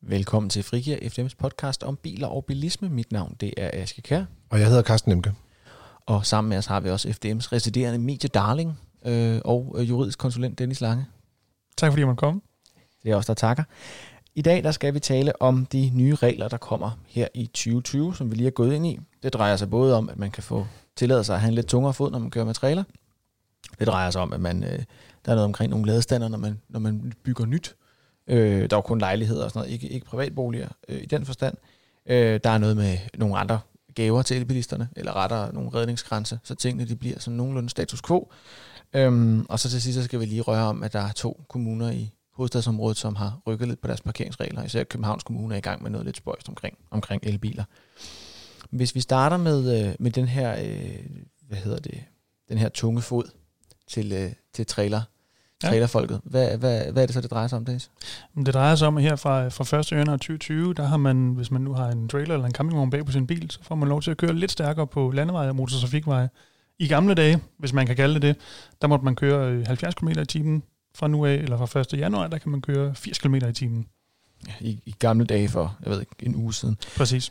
Velkommen til Frigir FDM's podcast om biler og bilisme. Mit navn det er Aske Kjær. Og jeg hedder Carsten Nemke. Og sammen med os har vi også FDM's residerende mediedarling og juridisk konsulent Dennis Lange. Tak fordi jeg måtte komme. Det er os, der takker. I dag der skal vi tale om de nye regler, der kommer her i 2020, som vi lige er gået ind i. Det drejer sig både om, at man kan få tilladelse at have en lidt tungere fod, når man kører med trailer. Det drejer sig om, at der er noget omkring nogle ladestander, når man bygger nyt. Der er jo kun lejligheder og sådan noget, ikke privatboliger i den forstand. Der er noget med nogle andre gaver til elbilisterne, eller rettere nogle redningsgrænser, så tingene de bliver sådan nogenlunde status quo. Og så til sidst skal vi lige røre om, at der er 2 kommuner i hovedstadsområdet, som har rykket lidt på deres parkeringsregler. Især Københavns Kommune er i gang med noget lidt spøjst omkring elbiler. Hvis vi starter med den her, den her tunge fod til trailerfolket. Hvad er det så, det drejer sig om, Dennis? Det drejer sig om, at her fra 1. januar 2020, der har man, hvis man nu har en trailer eller en campingvogn bag på sin bil, så får man lov til at køre lidt stærkere på landeveje og motortrafikveje. I gamle dage, hvis man kan kalde det, der måtte man køre 70 km i timen fra nu af, eller fra 1. januar, der kan man køre 80 km i timen. Ja, i gamle dage for, jeg ved ikke, en uge siden. Præcis.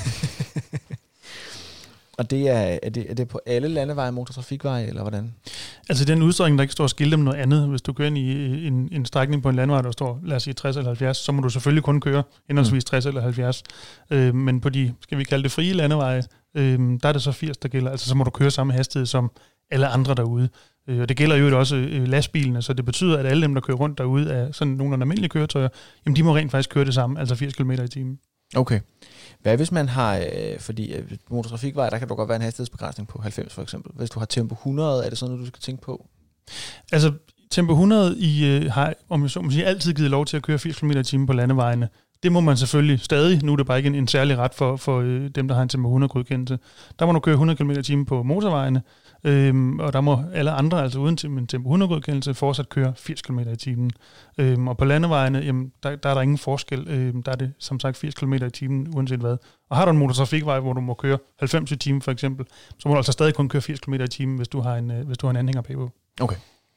Og det er det på alle landeveje, motortrafikveje, eller hvordan? Altså den udstrækning, der ikke står skilt om noget andet. Hvis du kører ind i en strækning på en landevej, der står, lad os sige 60 eller 70, så må du selvfølgelig kun køre henholdsvis 60 eller 70. Men på de, skal vi kalde det frie landeveje, der er det så 80, der gælder. Altså så må du køre samme hastighed som alle andre derude. Og det gælder jo også lastbilene, så det betyder, at alle dem, der kører rundt derude af sådan nogle almindelige køretøjer, jamen de må rent faktisk køre det samme, altså 80 km i timen. Okay. Hvad hvis man har, fordi motortrafikvej, der kan du godt være en hastighedsbegrænsning på 90 for eksempel. Hvis du har tempo 100, er det sådan noget, du skal tænke på? Altså tempo 100 har, om jeg så må sige, altid givet lov til at køre 80 km i timen på landevejene. Det må man selvfølgelig stadig. Nu er det bare ikke en særlig ret for dem, der har en tempo 100 godkendelse. Der må du køre 100 km i timen på motorvejene, og der må alle andre, altså uden en tempo 100 godkendelse, fortsat køre 80 km i timen. Og på landevejene, jamen, der er der ingen forskel. Der er det som sagt 80 km i timen, uanset hvad. Og har du en motortrafikvej, hvor du må køre 90 i timen for eksempel, så må du altså stadig kun køre 80 km i timen, hvis du har en anhænger bagpå. Okay.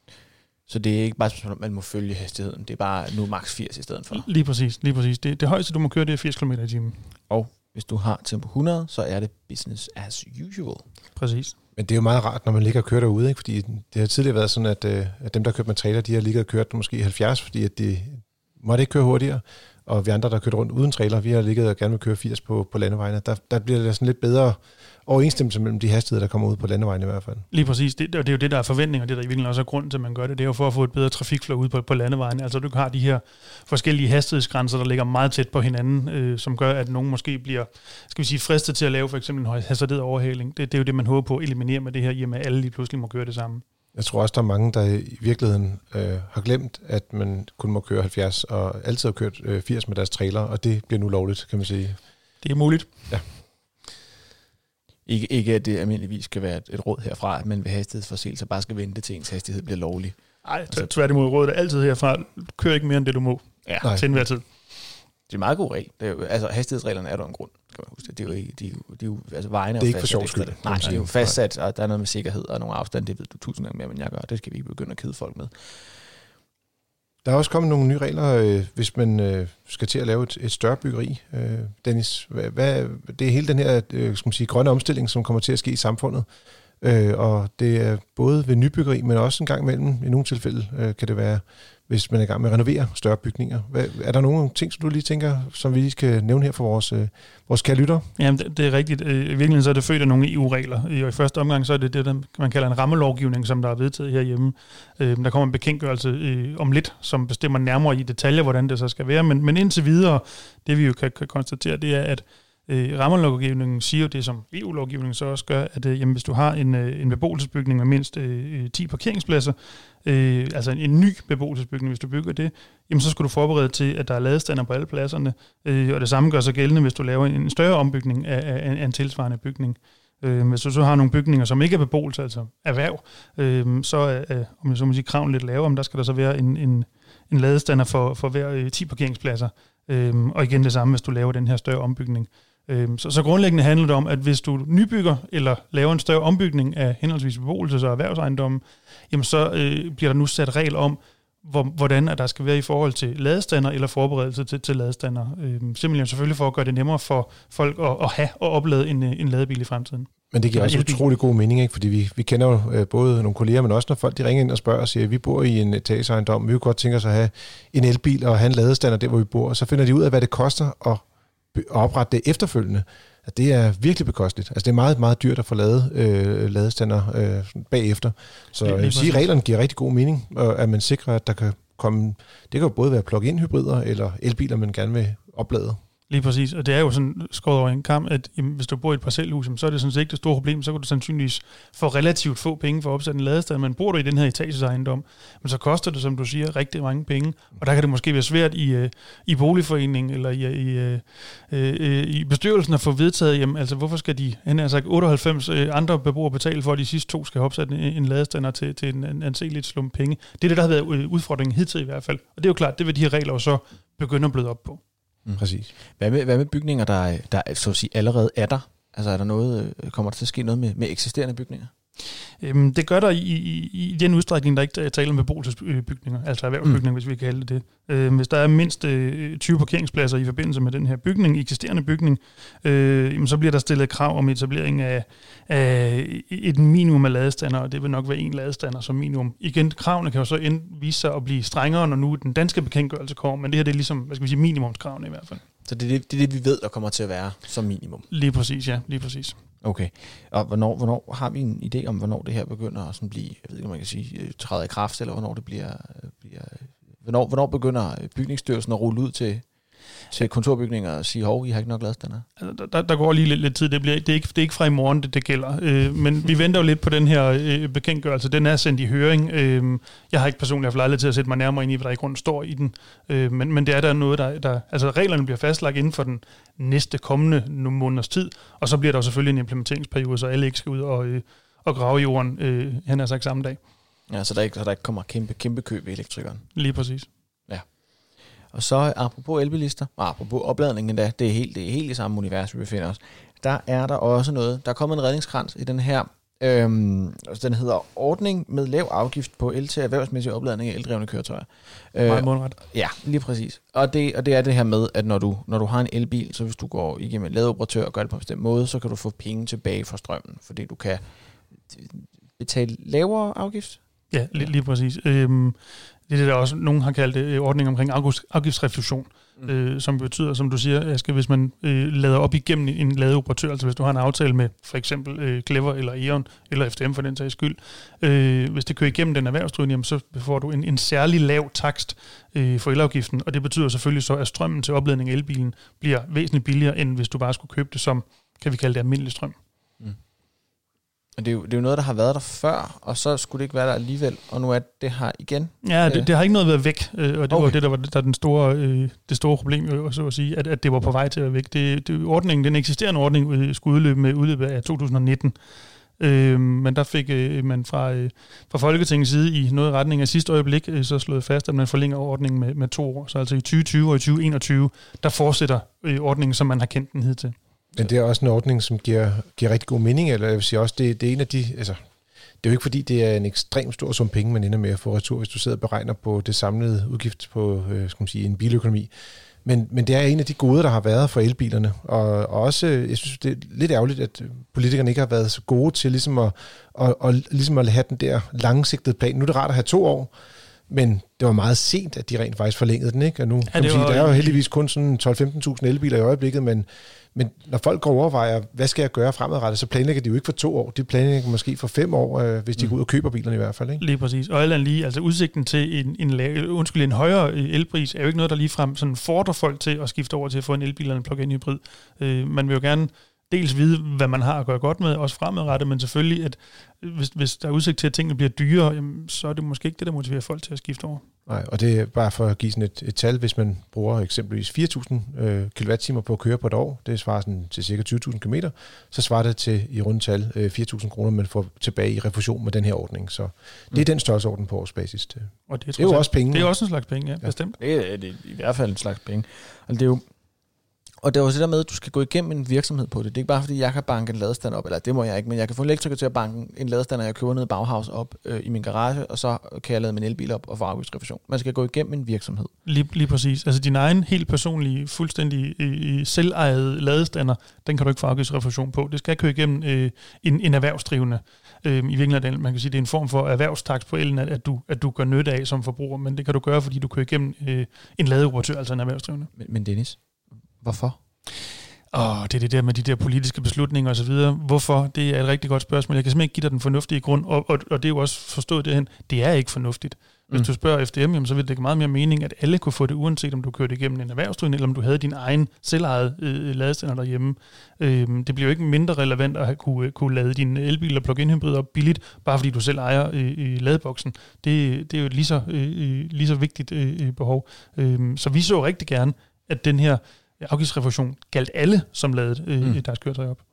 Så det er ikke bare sådan, at man må følge hastigheden. Det er bare nu maks 80 i stedet for. Lige præcis. Det højeste, du må køre, det er 80 km i timen. Og hvis du har tempo 100, så er det business as usual. Præcis. Men det er jo meget rart, når man ligger og kører derude, ikke? Fordi det har tidligere været sådan, at dem, der kørt med trailer, de har ligget og kørt måske 70, fordi at de måtte ikke køre hurtigere. Og vi andre, der kørt rundt uden trailer, vi har ligget og gerne vil køre 80 på landevejene. Der bliver det sådan lidt bedre overensstemmelse mellem de hastigheder, der kommer ud på landevejen i hvert fald. Lige præcis. Det er jo det, der er forventninger, det der i virkeligheden også er grunden til, at man gør det. Det er jo for at få et bedre trafikflow ud på landevejen. Altså du har de her forskellige hastighedsgrænser, der ligger meget tæt på hinanden, som gør, at nogen måske bliver, skal vi sige, fristet til at lave for eksempel en hasarderet overhaling. Det er jo det, man håber på at eliminere med det her, i og med at alle lige pludselig må køre det samme. Jeg tror også, der er mange, der i virkeligheden har glemt, at man kun må køre 70, og altid har kørt 80 med deres trailer, og det bliver nu lovligt, kan man sige. Det er muligt. Ja. Ikke at det almindeligvis skal være et råd herfra, at man ved hastighedsforseelser bare skal vente til ens hastighed bliver lovlig. Nej, tværtimod rådet er altid herfra. Kør ikke mere end det, du må. Ja. Til enhver tid. Det er en meget god regel. Altså hastighedsreglerne er der en grund, kan man huske det. Det er jo altså vejene det er ikke for sjov skyld. Nej, det er jo fastsat, og der er noget med sikkerhed og nogle afstand. Det ved du 1000 gange mere, end jeg gør. Det skal vi ikke begynde at kede folk med. Der er også kommet nogle nye regler, hvis man skal til at lave et større byggeri. Dennis, det er hele den her skal man sige, grønne omstilling, som kommer til at ske i samfundet. Og det er både ved nybyggeri, men også en gang imellem, i nogle tilfælde kan det være, hvis man er i gang med at renovere større bygninger. Er der nogle ting, som du lige tænker, som vi lige skal nævne her for vores kære lyttere? Jamen, det er rigtigt. I virkeligheden så er det født af nogle EU-regler. Og i første omgang så er det det, man kalder en rammelovgivning, som der er vedtaget herhjemme. Der kommer en bekendtgørelse om lidt, som bestemmer nærmere i detaljer, hvordan det så skal være. Men indtil videre, det vi jo kan konstatere, det er, at rammelovgivningen siger jo det, som EU-lovgivningen så også gør, at jamen, hvis du har en beboelsesbygning med mindst 10 parkeringspladser, altså en ny beboelsesbygning, hvis du bygger det, jamen så skal du forberede til, at der er ladestander på alle pladserne, og det samme gør sig gældende, hvis du laver en større ombygning af en tilsvarende bygning. Hvis du så har nogle bygninger, som ikke er beboelse, altså erhverv, så er, om jeg så må sige, kraven lidt lavere, men der skal der så være en ladestander for hver 10 parkeringspladser, og igen det samme, hvis du laver den her større ombygning. Så grundlæggende handler det om, at hvis du nybygger eller laver en større ombygning af henholdsvis beboelses- og erhvervsejendommen, jamen så bliver der nu sat regel om, hvordan der skal være i forhold til ladestander eller forberedelse til ladestander. Simpelthen selvfølgelig for at gøre det nemmere for folk at have og oplade en ladebil i fremtiden. Men det giver også utrolig god mening, ikke? Fordi vi kender jo både nogle kolleger, men også når folk de ringer ind og spørger og siger, at vi bor i en etageejendom, vi kunne godt tænke os at have en elbil og have en ladestander der, hvor vi bor, og så finder de ud af, hvad det koster at oprette det efterfølgende. At det er virkelig bekosteligt. Altså det er meget, meget dyrt at få lavet ladestander bagefter. Så jeg vil sige, at reglerne giver rigtig god mening, og at man sikrer, at der kan komme, det kan jo både være plug-in hybrider eller elbiler, man gerne vil oplade. Lige præcis, og det er jo sådan skåret over en kam, at hvis du bor i et parcelhus, så er det sådan set ikke det store problem, så kan du sandsynligvis få relativt få penge for at opsætte en ladestander, men bor du i den her etagesejendom, men så koster det, som du siger, rigtig mange penge, og der kan det måske være svært i boligforeningen eller i bestyrelsen at få vedtaget, jamen altså hvorfor skal de, han har sagt 98 andre beboere betale for, at de sidste 2 skal opsætte en ladestander til en anseligt slump penge. Det er det, der har været udfordringen hidtil i hvert fald, og det er jo klart, det vil de her regler jo så begynde at bløde op på. Præcis. Hvad med bygninger, der så at sige, allerede er der? Altså er der noget, kommer der til at ske noget med eksisterende bygninger? Det gør der i den udstrækning, der ikke taler om beboelsesbygninger, altså erhvervsbygninger, hvis vi kan kalde det det. Hvis der er mindst 20 parkeringspladser i forbindelse med den her bygning, eksisterende bygning, så bliver der stillet krav om etablering af et minimum af ladestander, og det vil nok være 1 ladestander som minimum. Igen, kravene kan jo så vise sig at blive strengere, når nu den danske bekendtgørelse kommer, men det her det er ligesom, hvad skal vi sige, minimumskravene i hvert fald. Så det er det, vi ved, der kommer til at være som minimum? Lige præcis, ja. Lige præcis. Okay. Og hvornår har vi en idé om, hvornår det her begynder at sådan blive, jeg ved ikke, om man kan sige, træde i kraft, eller hvornår det bliver hvornår begynder bygningsstyrelsen at rulle ud til kontorbygninger og sige, hov, I har ikke nok ladestander? Altså, der går lige lidt tid. Det er ikke fra i morgen, det gælder. Men vi venter jo lidt på den her bekendtgørelse. Den er sendt i høring. Jeg har ikke personligt haft lejlighed til at sætte mig nærmere ind i, hvad der i grunden står i den. Men det er der noget, der altså reglerne bliver fastlagt inden for den næste kommende måneders tid, og så bliver der jo selvfølgelig en implementeringsperiode, så alle ikke skal ud og grave i jorden, han har sagt samme dag. Ja, så der ikke kommer kæmpe køb i elektrikeren. Lige præcis. Ja. Og så apropos elbilister, og apropos opladningen endda, det er helt i samme univers, vi befinder os. Der er der også noget. Der er kommet en redningskrans i den her, den hedder ordning med lav afgift på el til erhvervsmæssig opladning af eldrevne køretøjer. Meget mundret. Ja, lige præcis. Og det er det her med, at når du har en elbil, så hvis du går igennem en ladeoperatør og gør det på en bestemt måde, så kan du få penge tilbage fra strømmen, fordi du kan betale lavere afgift. Ja, lige præcis. Det er det, der også nogen har kaldt ordning omkring afgiftsrefusion, som betyder, som du siger, Asger, hvis man lader op igennem en ladeoperatør, altså hvis du har en aftale med for eksempel Clever eller E.ON, eller FDM for den sags skyld, hvis det kører igennem den erhvervsdrivende, så får du en særlig lav takst for elafgiften, og det betyder selvfølgelig så, at strømmen til opladning af elbilen bliver væsentligt billigere, end hvis du bare skulle købe det som, kan vi kalde det, almindelig strøm. Og det er jo noget, der har været der før, og så skulle det ikke være der alligevel, og nu er det her igen. Ja, det har ikke noget været væk, og det var det, der var det store problem, så at sige, at det var på vej til at være væk. Den eksisterende ordning skulle udløbe med udløbet af 2019, men der fik man fra Folketingets side i noget retning af sidste øjeblik så slået fast, at man forlænger ordningen med 2 år. Så altså i 2020 og i 2021, der fortsætter ordningen, som man har kendt den hidtil. Men det er også en ordning, som giver rigtig god mening, eller jeg vil sige også, det er en af de, altså, det er jo ikke fordi, det er en ekstremt stor sum penge, man ender med at få retur, hvis du sidder og beregner på det samlede udgift på, skal man sige, en biløkonomi. Men det er en af de gode, der har været for elbilerne, og også, jeg synes, det er lidt ærgerligt, at politikerne ikke har været så gode til ligesom at have den der langsigtede plan. Nu er det rart at have 2 år, men det var meget sent, at de rent faktisk forlængede den, ikke? Og nu kan man sige, der er jo heldigvis kun sådan 12-15.000 elbiler i øjeblikket, men når folk går og overvejer, hvad skal jeg gøre fremadrettet, så planlægger de jo ikke for 2 år. De planlægger måske for 5 år, hvis de går ud og køber bilerne i hvert fald. Ikke? Lige præcis. Og alt andet lige, altså udsigten til en højere elpris er jo ikke noget, der ligefrem sådan fordrer folk til at skifte over til at få en elbil eller en plug-in hybrid. Man vil jo gerne dels vide, hvad man har at gøre godt med, også fremadrettet, men selvfølgelig, at hvis der er udsigt til, at tingene bliver dyrere, jamen, så er det måske ikke det, der motiverer folk til at skifte over. Nej, og det er bare for at give sådan et tal, hvis man bruger eksempelvis 4.000 kWh på at køre på et år, det svarer sådan til ca. 20.000 km, så svarer det til i rundt tal 4.000 kroner, man får tilbage i refusion med den her ordning. Så det er den størrelsesorden på årsbasis. Og det er jo også penge. Det er også en slags penge, ja, bestemt. Det er i hvert fald en slags penge. Og det er jo Og det er også det der med, at du skal gå igennem en virksomhed på det. Det er ikke bare fordi, jeg kan banke en ladestander op, eller det må jeg ikke, men jeg kan få en elektriker til at banke en ladestander, jeg køber ned i Bauhaus op i min garage, og så kan jeg lade min elbil op og få afgiftsrefusion. Man skal gå igennem en virksomhed. Lige præcis. Altså din egen helt personlige, fuldstændig selvejede ladestander, den kan du ikke få afgiftsrefusion på. Det skal køre igennem en erhvervsdrivende. I virkeligheden, man kan sige, det er en form for erhvervstakst på elen, at du gør nytte af som forbruger, men det kan du gøre, fordi du kører igennem en ladeoperatør, altså en erhvervsdrivende. Men Dennis, hvorfor? Det er det der med de der politiske beslutninger og så videre. Hvorfor? Det er et rigtig godt spørgsmål. Jeg kan simpelthen ikke give dig den fornuftige grund, og det er jo også forstået derhen. Det er ikke fornuftigt. Hvis du spørger FDM, så vil det give meget mere mening, at alle kunne få det, uanset om du kørte igennem en erhvervsdrivende, eller om du havde din egen selvejede ladestander derhjemme. Det bliver jo ikke mindre relevant at kunne lade din elbil og plug-in hybrid op billigt, bare fordi du selv ejer ladeboksen. Det er jo et lige så vigtigt behov. Så vi så rigtig gerne, at den her afgiftsrefusion galt alle, som lavede deres køretøj op.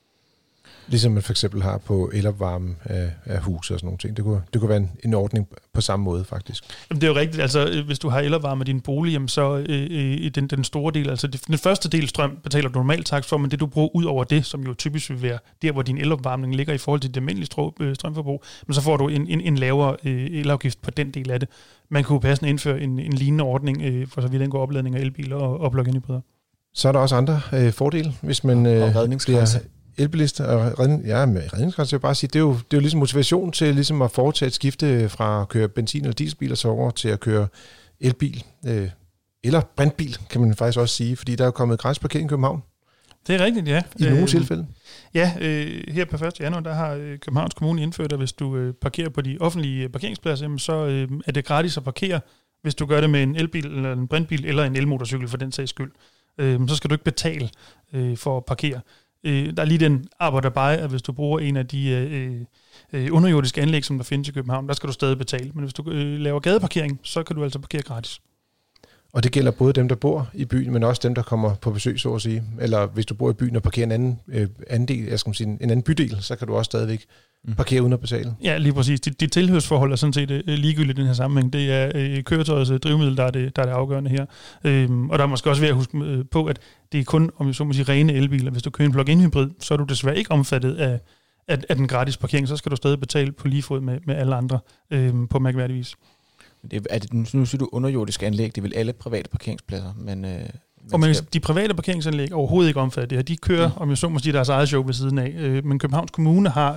Ligesom man for eksempel har på elopvarme af huse og sådan nogle ting. Det kunne være en ordning på samme måde, faktisk. Jamen, det er jo rigtigt. Altså, hvis du har elopvarme af din bolig, jamen, så den store del, altså den første del strøm betaler du normalt takst for, men det du bruger ud over det, som jo typisk vil være der, hvor din elopvarmning ligger i forhold til det almindelige strømforbrug, men så får du en lavere elafgift på den del af det. Man kunne passende indføre en lignende ordning, for så vidt den går opladning af elbiler og plug-in hybrider. Så er der også andre fordele, hvis man redningsgrænse. Elbilister og redningsgrænse, jeg vil bare sige, det er jo ligesom motivation til ligesom at foretage et skifte fra at køre benzin- eller dieselbiler så over til at køre elbil, eller brintbil, kan man faktisk også sige, fordi der er jo kommet gratis parkering i København. Det er rigtigt, ja. I nogle tilfælde. Ja, her på 1. januar, der har Københavns Kommune indført, at hvis du parkerer på de offentlige parkeringspladser, jamen, så er det gratis at parkere, hvis du gør det med en elbil, eller en brintbil, eller en elmotorcykel for den sags skyld. Så skal du ikke betale for at parkere. Der er lige den arbejderbej, at hvis du bruger en af de underjordiske anlæg, som der findes i København, der skal du stadig betale. Men hvis du laver gadeparkering, så kan du altså parkere gratis. Og det gælder både dem, der bor i byen, men også dem, der kommer på besøg, så at sige. Eller hvis du bor i byen og parkerer en anden bydel, så kan du også stadigvæk parkere uden at betale. Ja, lige præcis. Dit tilhørsforhold er sådan set ligegyldigt i den her sammenhæng. Det er køretøjets drivmiddel, der er det afgørende her. Og der er måske også ved at huske på, at det er kun, om jeg så må sige, rene elbiler. Hvis du kører en plug-in hybrid, så er du desværre ikke omfattet af den gratis parkering. Så skal du stadig betale på lige fod med alle andre på mærkværdig vis. Nu siger du underjordiske anlæg, det er vel alle private parkeringspladser, men... Og de private parkeringsanlæg er overhovedet ikke omfattet det her. De kører, om jeg så må sige, deres eget show ved siden af. Men Københavns Kommune har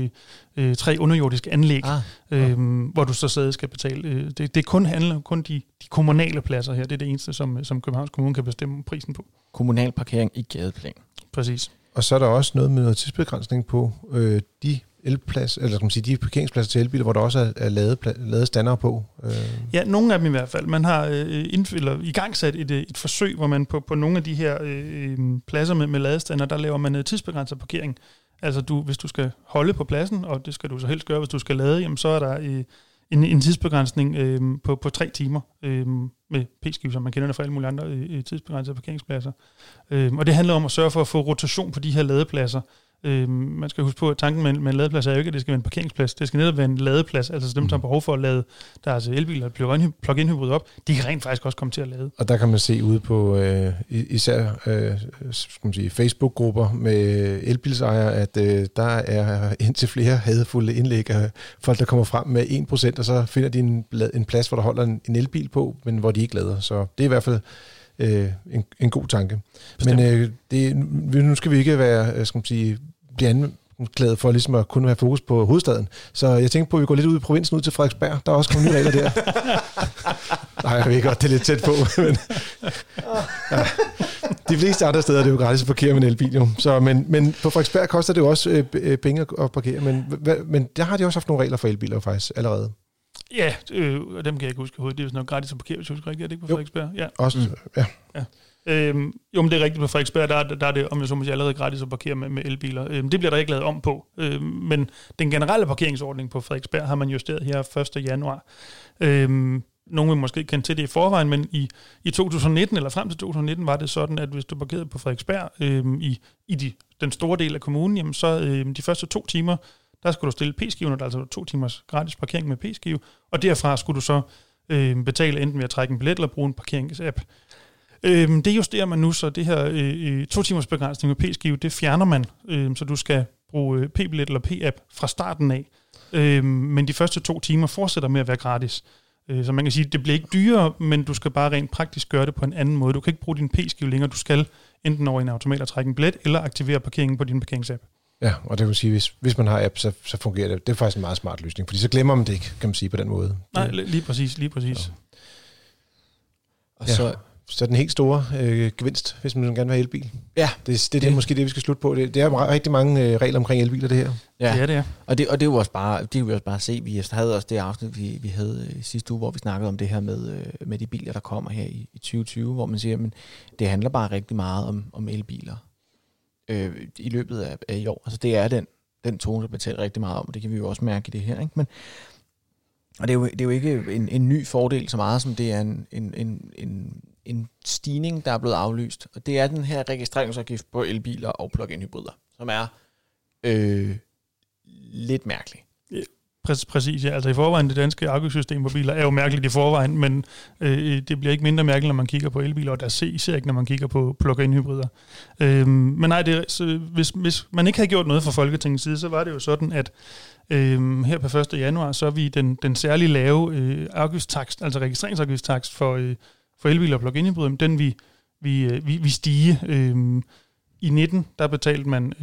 3 underjordiske anlæg, hvor du så stadig skal betale. Det handler kun de kommunale pladser her. Det er det eneste, som Københavns Kommune kan bestemme prisen på. Kommunal parkering i gadeplan. Præcis. Og så er der også noget med noget tidsbegrænsning på de elplads, eller skal man sige, de parkeringspladser til elbiler, hvor der også er lavet standere på. Ja, nogle af dem i hvert fald. Man har igangsat et forsøg, hvor man på nogle af de her pladser med ladestander, der laver man tidsbegrænset parkering. Altså hvis du skal holde på pladsen, og det skal du så helst gøre, hvis du skal lade, jamen, så er der en tidsbegrænsning på 3 timer med p-skive, som man kender det fra alle mulige andre tidsbegrænsede parkeringspladser. Og det handler om at sørge for at få rotation på de her ladepladser. Man skal huske på, at tanken med en ladeplads er jo ikke, at det skal være en parkeringsplads. Det skal netop være en ladeplads, altså dem, der har behov for at lade deres elbiler eller plug-in hybrid op, de kan rent faktisk også komme til at lade. Og der kan man se ude på især Facebook-grupper med elbilsejere, at der er indtil flere hadefulde indlæg af folk, der kommer frem med 1%, og så finder de en plads, hvor der holder en elbil på, men hvor de ikke lader. Så det er i hvert fald en god tanke. Bestemt. Men nu skal vi ikke være, blive anklaget for ligesom at kunne have fokus på hovedstaden. Så jeg tænkte på, at vi går lidt ud i provinsen, ud til Frederiksberg. Der er også kommet nye regler der. Nej, jeg ved godt, det er lidt tæt på. Men, ja. De fleste andre steder er det jo gratis at parkere med en elbil. Jo. Så, men på Frederiksberg koster det jo også penge at parkere. Men der har de også haft nogle regler for elbiler faktisk allerede. Ja, dem kan jeg ikke huske hovedet. Det er jo sådan noget gratis at parkere, hvis jeg husker rigtigt. Er det ikke på Frederiksberg? Ja. Også, ja. Jo, men det er rigtigt på Frederiksberg, der er det, om jeg så må sige, allerede gratis at parkere med elbiler. Det bliver der ikke lavet om på. Men den generelle parkeringsordning på Frederiksberg har man justeret her 1. januar. Nogle vil måske kende til det i forvejen, men i 2019, eller frem til 2019, var det sådan, at hvis du parkerede på Frederiksberg den store del af kommunen, jamen så de første 2 timer, der skulle du stille p-skiven, og der er altså 2 timers gratis parkering med p-skive, og derfra skulle du så betale enten ved at trække en billet eller bruge en parkeringsapp. Det justerer man nu, så det her 2 timers begrænsning med p-skive, det fjerner man, så du skal bruge p-billet eller p-app fra starten af. Men de første 2 timer fortsætter med at være gratis. Så man kan sige, at det bliver ikke dyrere, men du skal bare rent praktisk gøre det på en anden måde. Du kan ikke bruge din p-skive længere, du skal enten over en automat og trække en billet, eller aktivere parkeringen på din parkeringsapp. Ja, og det vil sige, hvis man har app, så fungerer det. Det er faktisk en meget smart løsning, fordi så glemmer man det ikke, kan man sige på den måde. Nej, lige præcis. Ja. Og så Så den helt store gevinst, hvis man gerne vil have elbil. Ja. Det er måske det, vi skal slutte på. Det er rigtig mange regler omkring elbiler, det her. Ja, det er. Og det er jo også bare, det kan vi også bare se. Vi havde også det afsnit, vi havde sidste uge, hvor vi snakkede om det her med de biler, der kommer her i 2020, hvor man siger, at det handler bare rigtig meget om elbiler i løbet af i år. Altså det er den tone, der betaler rigtig meget om, og det kan vi jo også mærke i det her. Ikke? Men, og det er jo ikke en ny fordel så meget, som det er en stigning, der er blevet aflyst. Og det er den her registreringsafgift på elbiler og plug-in hybrider, som er lidt mærkelig. Præcis, ja. Altså i forvejen, det danske afgiftssystem på biler er jo mærkeligt i forvejen, men det bliver ikke mindre mærkeligt, når man kigger på elbiler, og der især ikke, når man kigger på plug-in hybrider. Men nej, hvis man ikke havde gjort noget fra Folketingets side, så var det jo sådan, at her på 1. januar, så er vi den særlige lave afgiftstakst, altså registreringsafgiftstakst for elbiler og plug-in hybrider, den vi stige. I 19, der betalte man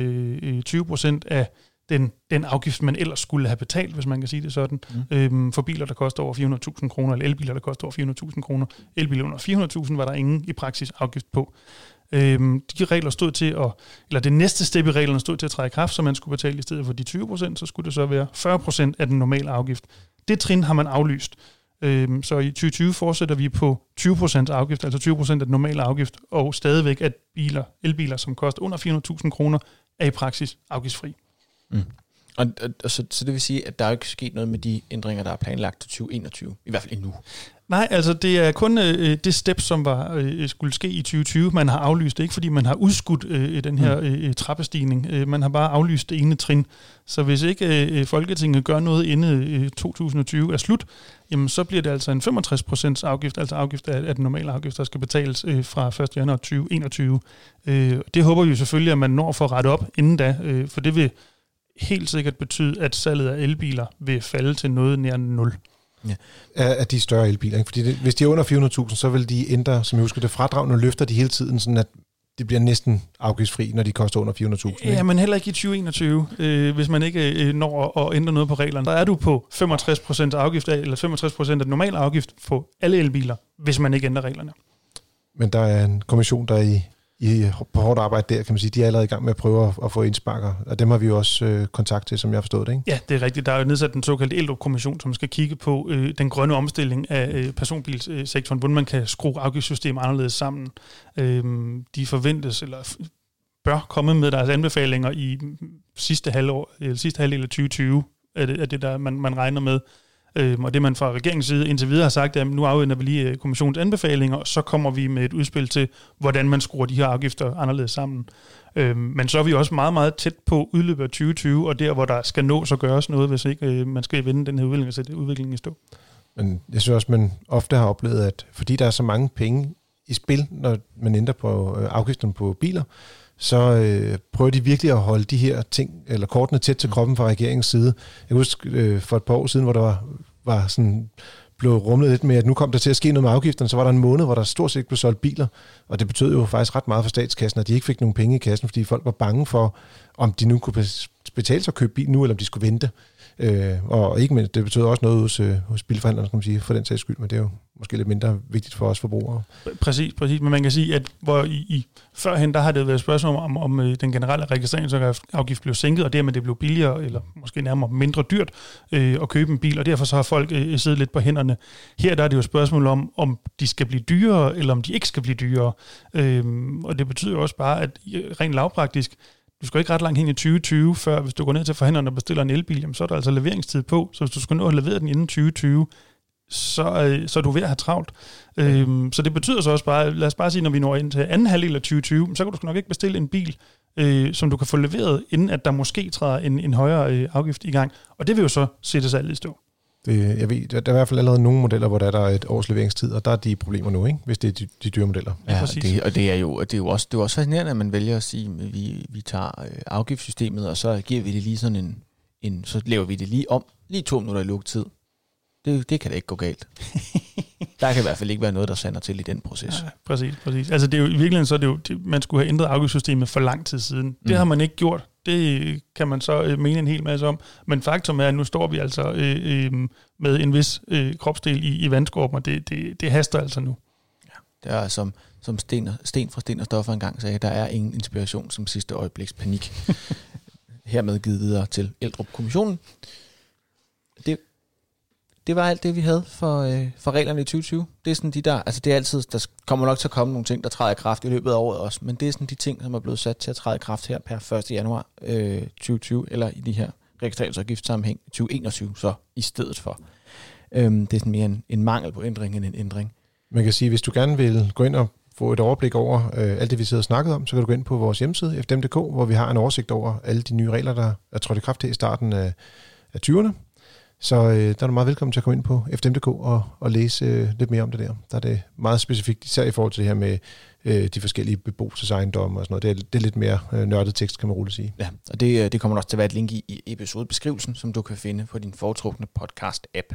20% af den afgift, man ellers skulle have betalt, hvis man kan sige det sådan, for biler, der koster over 400.000 kroner, eller elbiler, der koster over 400.000 kroner. Elbiler under 400.000 var der ingen i praksis afgift på. De regler stod til eller det næste step i reglerne stod til at træde i kraft, så man skulle betale i stedet for de 20%, så skulle det så være 40% af den normale afgift. Det trin har man aflyst. Så i 2020 fortsætter vi på 20% afgift, altså 20% af den normale afgift, og stadigvæk at elbiler, som koster under 400.000 kroner, er i praksis afgiftsfri. Mm. Og så det vil sige, at der er jo ikke sket noget med de ændringer, der er planlagt til 2021, i hvert fald endnu. Nej, altså det er kun det step, som skulle ske i 2020, man har aflyst det, ikke fordi man har udskudt den her trappestigning, man har bare aflyst det ene trin. Så hvis ikke Folketinget gør noget inden 2020 er slut, jamen så bliver det altså en 65% afgift, altså afgift af den normale afgift, der skal betales fra 1. januar 2021. Det håber vi selvfølgelig, at man når for at rette op inden da, for det vil helt sikkert betyde, at salget af elbiler vil falde til noget nær 0. Ja. Af de større elbiler. Ikke? Fordi hvis de er under 400.000, så vil de ændre, som jeg husker det, fradragene løfter de hele tiden, sådan at det bliver næsten afgiftsfri, når de koster under 400.000. Ja, men heller ikke i 2021, hvis man ikke når at ændre noget på reglerne. Der er du på 65% afgift af, eller 65% af den normale afgift på alle elbiler, hvis man ikke ændrer reglerne. Men der er en kommission, der er på hårdt arbejde der, kan man sige. De er allerede i gang med at prøve at få indsparker, og dem har vi jo også kontakt til, som jeg har forstået det, ikke? Ja, det er rigtigt. Der er jo nedsat den såkaldte Eldrup-kommission, som skal kigge på den grønne omstilling af personbilsektoren, hvordan man kan skrue afgiftssystemet anderledes sammen. De forventes, eller bør komme med deres anbefalinger i sidste halvdel af 2020, er det der man regner med. Og det man fra regeringens side indtil videre har sagt, at nu afventer vi lige kommissionens anbefalinger, og så kommer vi med et udspil til, hvordan man skruer de her afgifter anderledes sammen. Men så er vi også meget, meget tæt på udløbet af 2020, og der, hvor der skal nås og gøres noget, hvis ikke man skal vende den her udvikling og sætte udviklingen i stå. Men jeg synes også, man ofte har oplevet, at fordi der er så mange penge i spil, når man ændrer på afgifterne på biler, så prøver de virkelig at holde de her ting, eller kortene tæt til kroppen fra regeringens side. Jeg husker for et par år siden, hvor der var sådan, blev rumlet lidt med, at nu kom der til at ske noget med afgifterne, så var der en måned, hvor der stort set blev solgt biler, og det betød jo faktisk ret meget for statskassen, at de ikke fik nogen penge i kassen, fordi folk var bange for, om de nu kunne betale sig at købe bil nu, eller om de skulle vente. Og ikke mindst, det betød også noget hos bilforhandlerne, skal man sige, for den sags skyld, men det er jo måske lidt mindre vigtigt for os forbrugere. Præcis, men man kan sige, at hvor i førhen, der har det været spørgsmål om den generelle registreringsafgift blev sænket, og dermed det blev billigere, eller måske nærmere mindre dyrt at købe en bil, og derfor så har folk siddet lidt på hænderne. Her der er det jo spørgsmål om de skal blive dyrere, eller om de ikke skal blive dyrere. Og det betyder jo også bare, at rent lavpraktisk, du skal ikke ret langt hen i 2020, før hvis du går ned til forhandleren og bestiller en elbil, jamen, så er der altså leveringstid på. Så hvis du skal nå at levere den inden 2020, så er du ved at have travlt. Så det betyder så også bare, lad os bare sige, når vi når ind til anden halvdel af 2020, så kan du nok ikke bestille en bil, som du kan få leveret, inden at der måske træder en højere afgift i gang. Og det vil jo så sætte salget i stå. Jeg ved, der er i hvert fald allerede nogle modeller, hvor der er et års leveringstid, og der er de problemer nu, ikke? Hvis det er de dyre modeller. Ja, det er jo også fascinerende, at man vælger at sige, at vi tager afgiftssystemet, og så giver vi det lige sådan så laver vi det lige om, lige 2 minutter i lukketid. Det kan da ikke gå galt. Der kan i hvert fald ikke være noget, der sander til i den proces. Ja, præcis. Altså det er jo i virkeligheden så man skulle have ændret afgiftssystemet for lang tid siden. Det har man ikke gjort. Det kan man så mene en hel masse om. Men faktum er, at nu står vi altså med en vis kropsdel i vandskorben, og det haster altså nu. Ja, det er som Sten fra Sten og Stoffer engang sagde, der er ingen inspiration som sidste øjebliks panik. Hermed givet videre til Eldrup-kommissionen. Det var alt det, vi havde for reglerne i 2020. Det er sådan de der, altså det er altid, der kommer nok til at komme nogle ting, der træder i kraft i løbet af året også, men det er sådan de ting, som er blevet sat til at træde i kraft her per 1. januar 2020, eller i de her registreringsafgiftssammenhæng 2021, så i stedet for. Det er sådan mere en mangel på ændring end en ændring. Man kan sige, hvis du gerne vil gå ind og få et overblik over alt det, vi sidder og snakket om, så kan du gå ind på vores hjemmeside, fdm.dk, hvor vi har en oversigt over alle de nye regler, der er trådt i kraft her i starten af 20'erne. Så der er du meget velkommen til at komme ind på fdm.dk og læse lidt mere om det der. Der er det meget specifikt, især i forhold til det her med de forskellige beboelsesejendomme og sådan noget. Det er lidt mere nørdet tekst, kan man roligt sige. Ja, og det kommer også til at være et link i episodebeskrivelsen, som du kan finde på din foretrukne podcast-app.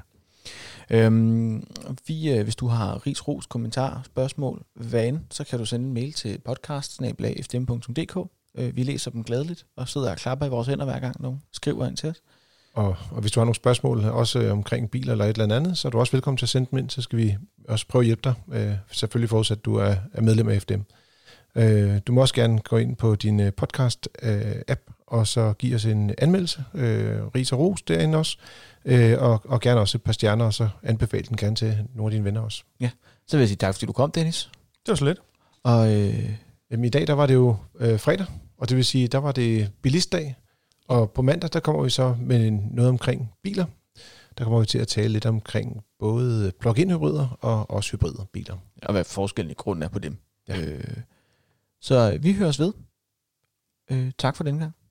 Hvis du har ris, ros, kommentar, spørgsmål, så kan du sende en mail til podcast@fdm.dk. Vi læser dem gladeligt og sidder og klapper i vores hænder hver gang nogen skriver ind til os. Og hvis du har nogle spørgsmål også omkring biler eller et eller andet, så er du også velkommen til at sende dem ind, så skal vi også prøve at hjælpe dig. Selvfølgelig forudsat, at du er medlem af FDM. Du må også gerne gå ind på din podcast-app, og så give os en anmeldelse, ris og ros derinde også, og gerne også et par stjerner, og så anbefale den gerne til nogle af dine venner også. Ja, så vil jeg sige tak, fordi du kom, Dennis. Det var så lidt. Og i dag, der var det jo fredag, og det vil sige, der var det bilistdag. Og på mandag, der kommer vi så med noget omkring biler. Der kommer vi til at tale lidt omkring både plug-in hybrider og også hybride biler. Og hvad forskellen i grunden er på dem. Ja. Så vi høres ved. Tak for den gang.